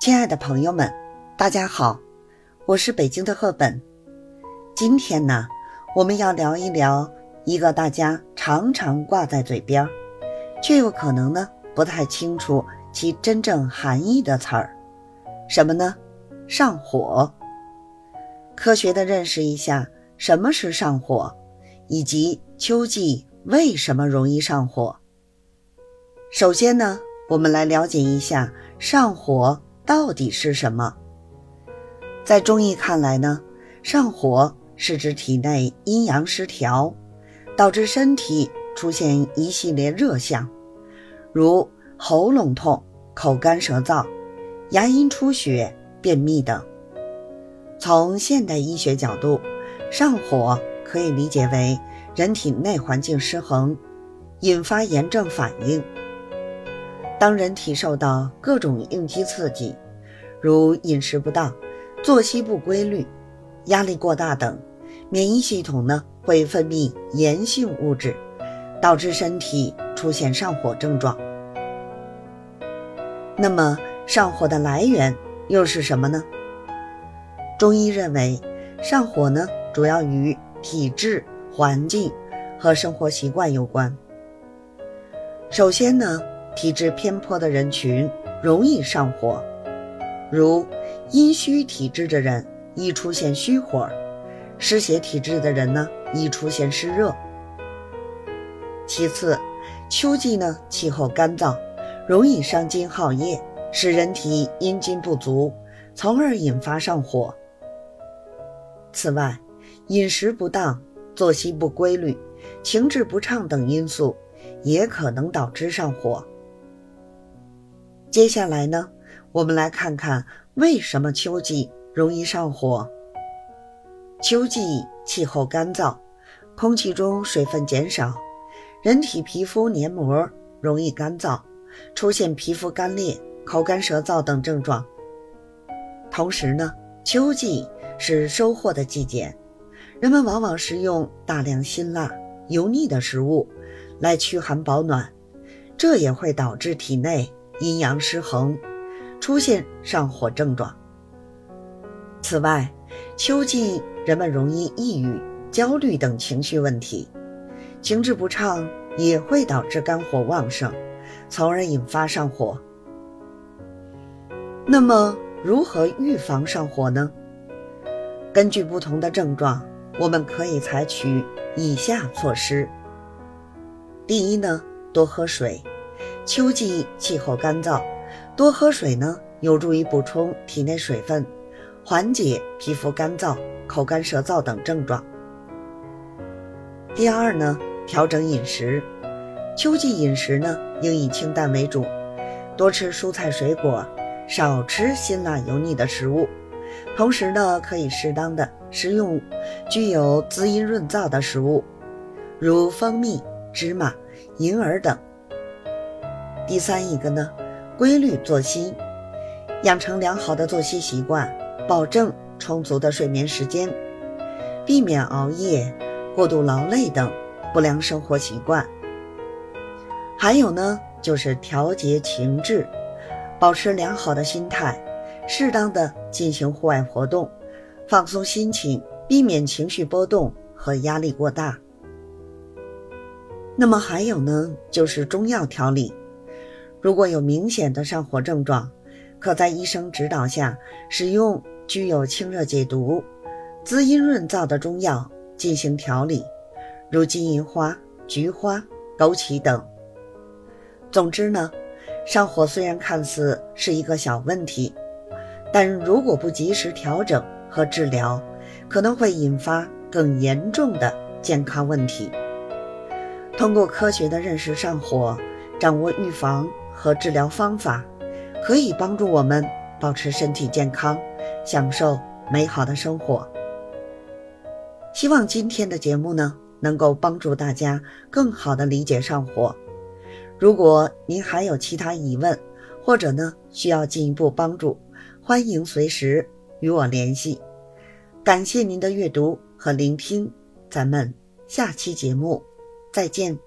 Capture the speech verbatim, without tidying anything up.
亲爱的朋友们，大家好，我是北京的赫本。今天呢，我们要聊一聊一个大家常常挂在嘴边，却有可能呢不太清楚其真正含义的词儿，什么呢？上火。科学地认识一下什么是上火，以及秋季为什么容易上火。首先呢，我们来了解一下上火到底是什么。在中医看来呢，上火是指体内阴阳失调，导致身体出现一系列热象，如喉咙痛、口干舌燥、牙龈出血、便秘等。从现代医学角度，上火可以理解为人体内环境失衡，引发炎症反应。当人体受到各种应激刺激，如饮食不当、作息不规律、压力过大等，免疫系统呢会分泌炎性物质，导致身体出现上火症状。那么上火的来源又是什么呢？中医认为，上火呢主要与体质、环境和生活习惯有关。首先呢，体质偏颇的人群容易上火，如阴虚体质的人易出现虚火，湿邪体质的人呢易出现湿热。其次，秋季呢气候干燥，容易伤津耗液，使人体阴津不足，从而引发上火。此外，饮食不当、作息不规律、情志不畅等因素也可能导致上火。接下来呢，我们来看看为什么秋季容易上火。秋季气候干燥，空气中水分减少，人体皮肤黏膜容易干燥，出现皮肤干裂、口干舌燥等症状。同时呢，秋季是收获的季节，人们往往食用大量辛辣、油腻的食物来驱寒保暖，这也会导致体内阴阳失衡，出现上火症状。此外，秋季人们容易抑郁、焦虑等情绪问题，情志不畅也会导致肝火旺盛，从而引发上火。那么如何预防上火呢？根据不同的症状，我们可以采取以下措施。第一呢，多喝水。秋季气候干燥，多喝水呢有助于补充体内水分，缓解皮肤干燥、口干舌燥等症状。第二呢，调整饮食。秋季饮食呢应以清淡为主，多吃蔬菜水果，少吃辛辣油腻的食物。同时呢，可以适当的食用具有滋阴润燥的食物，如蜂蜜、芝麻、银耳等。第三一个呢，规律作息，养成良好的作息习惯，保证充足的睡眠时间，避免熬夜、过度劳累等不良生活习惯。还有呢，就是调节情志，保持良好的心态，适当的进行户外活动，放松心情，避免情绪波动和压力过大。那么还有呢，就是中药调理。如果有明显的上火症状，可在医生指导下使用具有清热解毒、滋阴润燥的中药进行调理，如金银花、菊花、枸杞等。总之呢，上火虽然看似是一个小问题，但如果不及时调整和治疗，可能会引发更严重的健康问题。通过科学的认识上火，掌握预防和治疗方法，可以帮助我们保持身体健康，享受美好的生活。希望今天的节目呢，能够帮助大家更好地理解上火。如果您还有其他疑问，或者呢需要进一步帮助，欢迎随时与我联系。感谢您的阅读和聆听，咱们下期节目再见。